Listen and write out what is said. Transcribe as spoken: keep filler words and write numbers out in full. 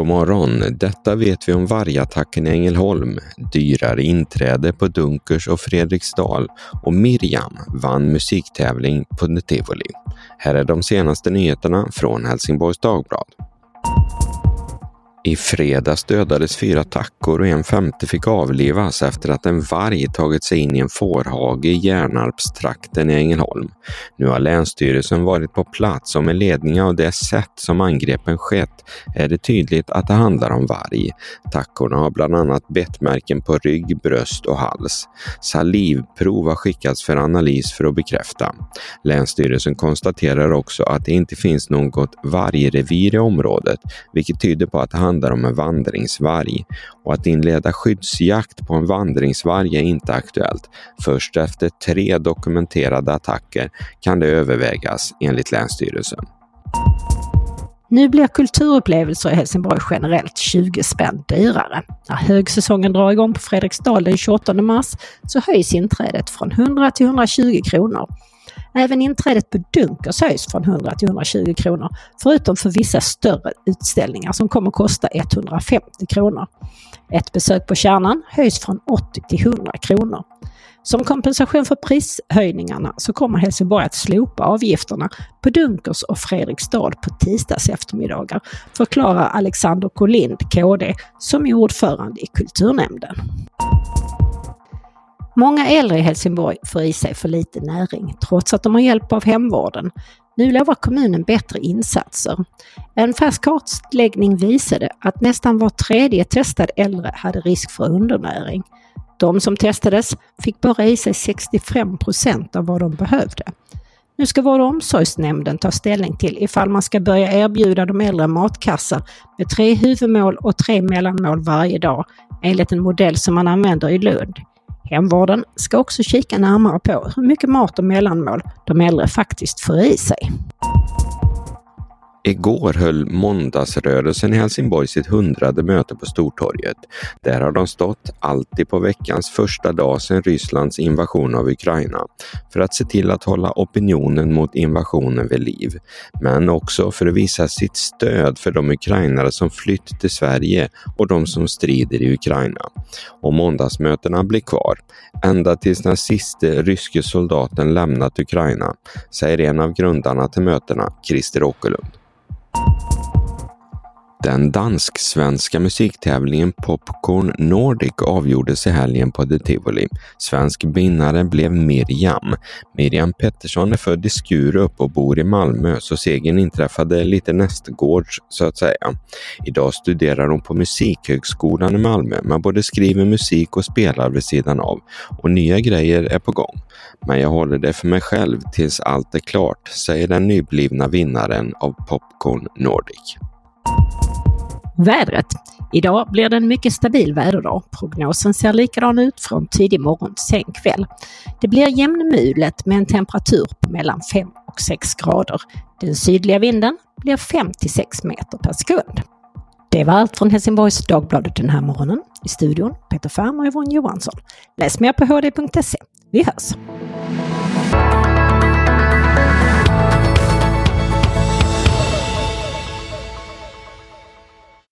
God morgon, detta vet vi om vargattacken i Ängelholm, dyrare inträde på Dunkers och Fredriksdal och Miriam vann musiktävling på Tivoli. Här är de senaste nyheterna från Helsingborgs Dagblad. I fredags dödades fyra tackor och en femte fick avlivas efter att en varg tagit sig in i en fårhage i Hjärnarpstrakten i Ängelholm. Nu har Länsstyrelsen varit på plats och med ledning av det sätt som angreppen skett är det tydligt att det handlar om varg. Tackorna har bland annat bettmärken på rygg, bröst och hals. Salivprov har skickats för analys för att bekräfta. Länsstyrelsen konstaterar också att det inte finns något vargrevir i området, vilket tyder på att det handlar om en vandringsvarg, och att inleda skyddsjakt på en vandringsvarg är inte aktuellt. Först efter tre dokumenterade attacker kan det övervägas enligt Länsstyrelsen. Nu blir kulturupplevelser i Helsingborg generellt tjugo spänn dyrare. När högsäsongen drar igång på Fredriksdal den tjugoåttonde mars så höjs inträdet från hundra till hundratjugo kronor. Även inträdet på Dunkers höjs från hundra till hundratjugo kronor, förutom för vissa större utställningar som kommer kosta etthundrafemtio kronor. Ett besök på Kärnan höjs från åttio till hundra kronor. Som kompensation för prishöjningarna så kommer Helsingborg att slopa avgifterna på Dunkers och Fredriksdal på tisdags eftermiddagar, förklarar Alexander Kolind, K D, som är ordförande i kulturnämnden. Många äldre i Helsingborg får i sig för lite näring, trots att de har hjälp av hemvården. Nu lovar kommunen bättre insatser. En färsk kartläggning visade att nästan var tredje testad äldre hade risk för undernäring. De som testades fick bara i sig sextiofem procent av vad de behövde. Nu ska vård- och omsorgsnämnden ta ställning till ifall man ska börja erbjuda de äldre matkassar med tre huvudmål och tre mellanmål varje dag, enligt en modell som man använder i Lund. Hemvården ska också kika närmare på hur mycket mat och mellanmål de äldre faktiskt får i sig. Igår höll måndagsrörelsen i Helsingborg sitt hundrade möte på Stortorget. Där har de stått alltid på veckans första dag sedan Rysslands invasion av Ukraina för att se till att hålla opinionen mot invasionen vid liv. Men också för att visa sitt stöd för de ukrainare som flytt till Sverige och de som strider i Ukraina. Och måndagsmötena blir kvar, ända tills den sista ryske soldaten lämnat Ukraina, säger en av grundarna till mötena, Christer Åkerlund. Den dansk-svenska musiktävlingen Popcorn Nordic avgjordes i helgen på Tivoli. Svensk vinnare blev Miriam. Miriam Pettersson är född i Skurup och bor i Malmö, så segern inträffade lite nästgårds så att säga. Idag studerar hon på Musikhögskolan i Malmö, men både skriver musik och spelar vid sidan av. Och nya grejer är på gång. Men jag håller det för mig själv tills allt är klart, säger den nyblivna vinnaren av Popcorn Nordic. Vädret. Idag blir det en mycket stabil väderdag. Prognosen ser likadan ut från tidig morgon till sen kväll. Det blir jämnmulet med en temperatur på mellan fem och sex grader. Den sydliga vinden blir fem till sex meter per sekund. Det var allt från Helsingborgs Dagbladet den här morgonen. I studion Peter Färm och Yvonne Johansson. Läs mer på h d punkt se. Vi hörs!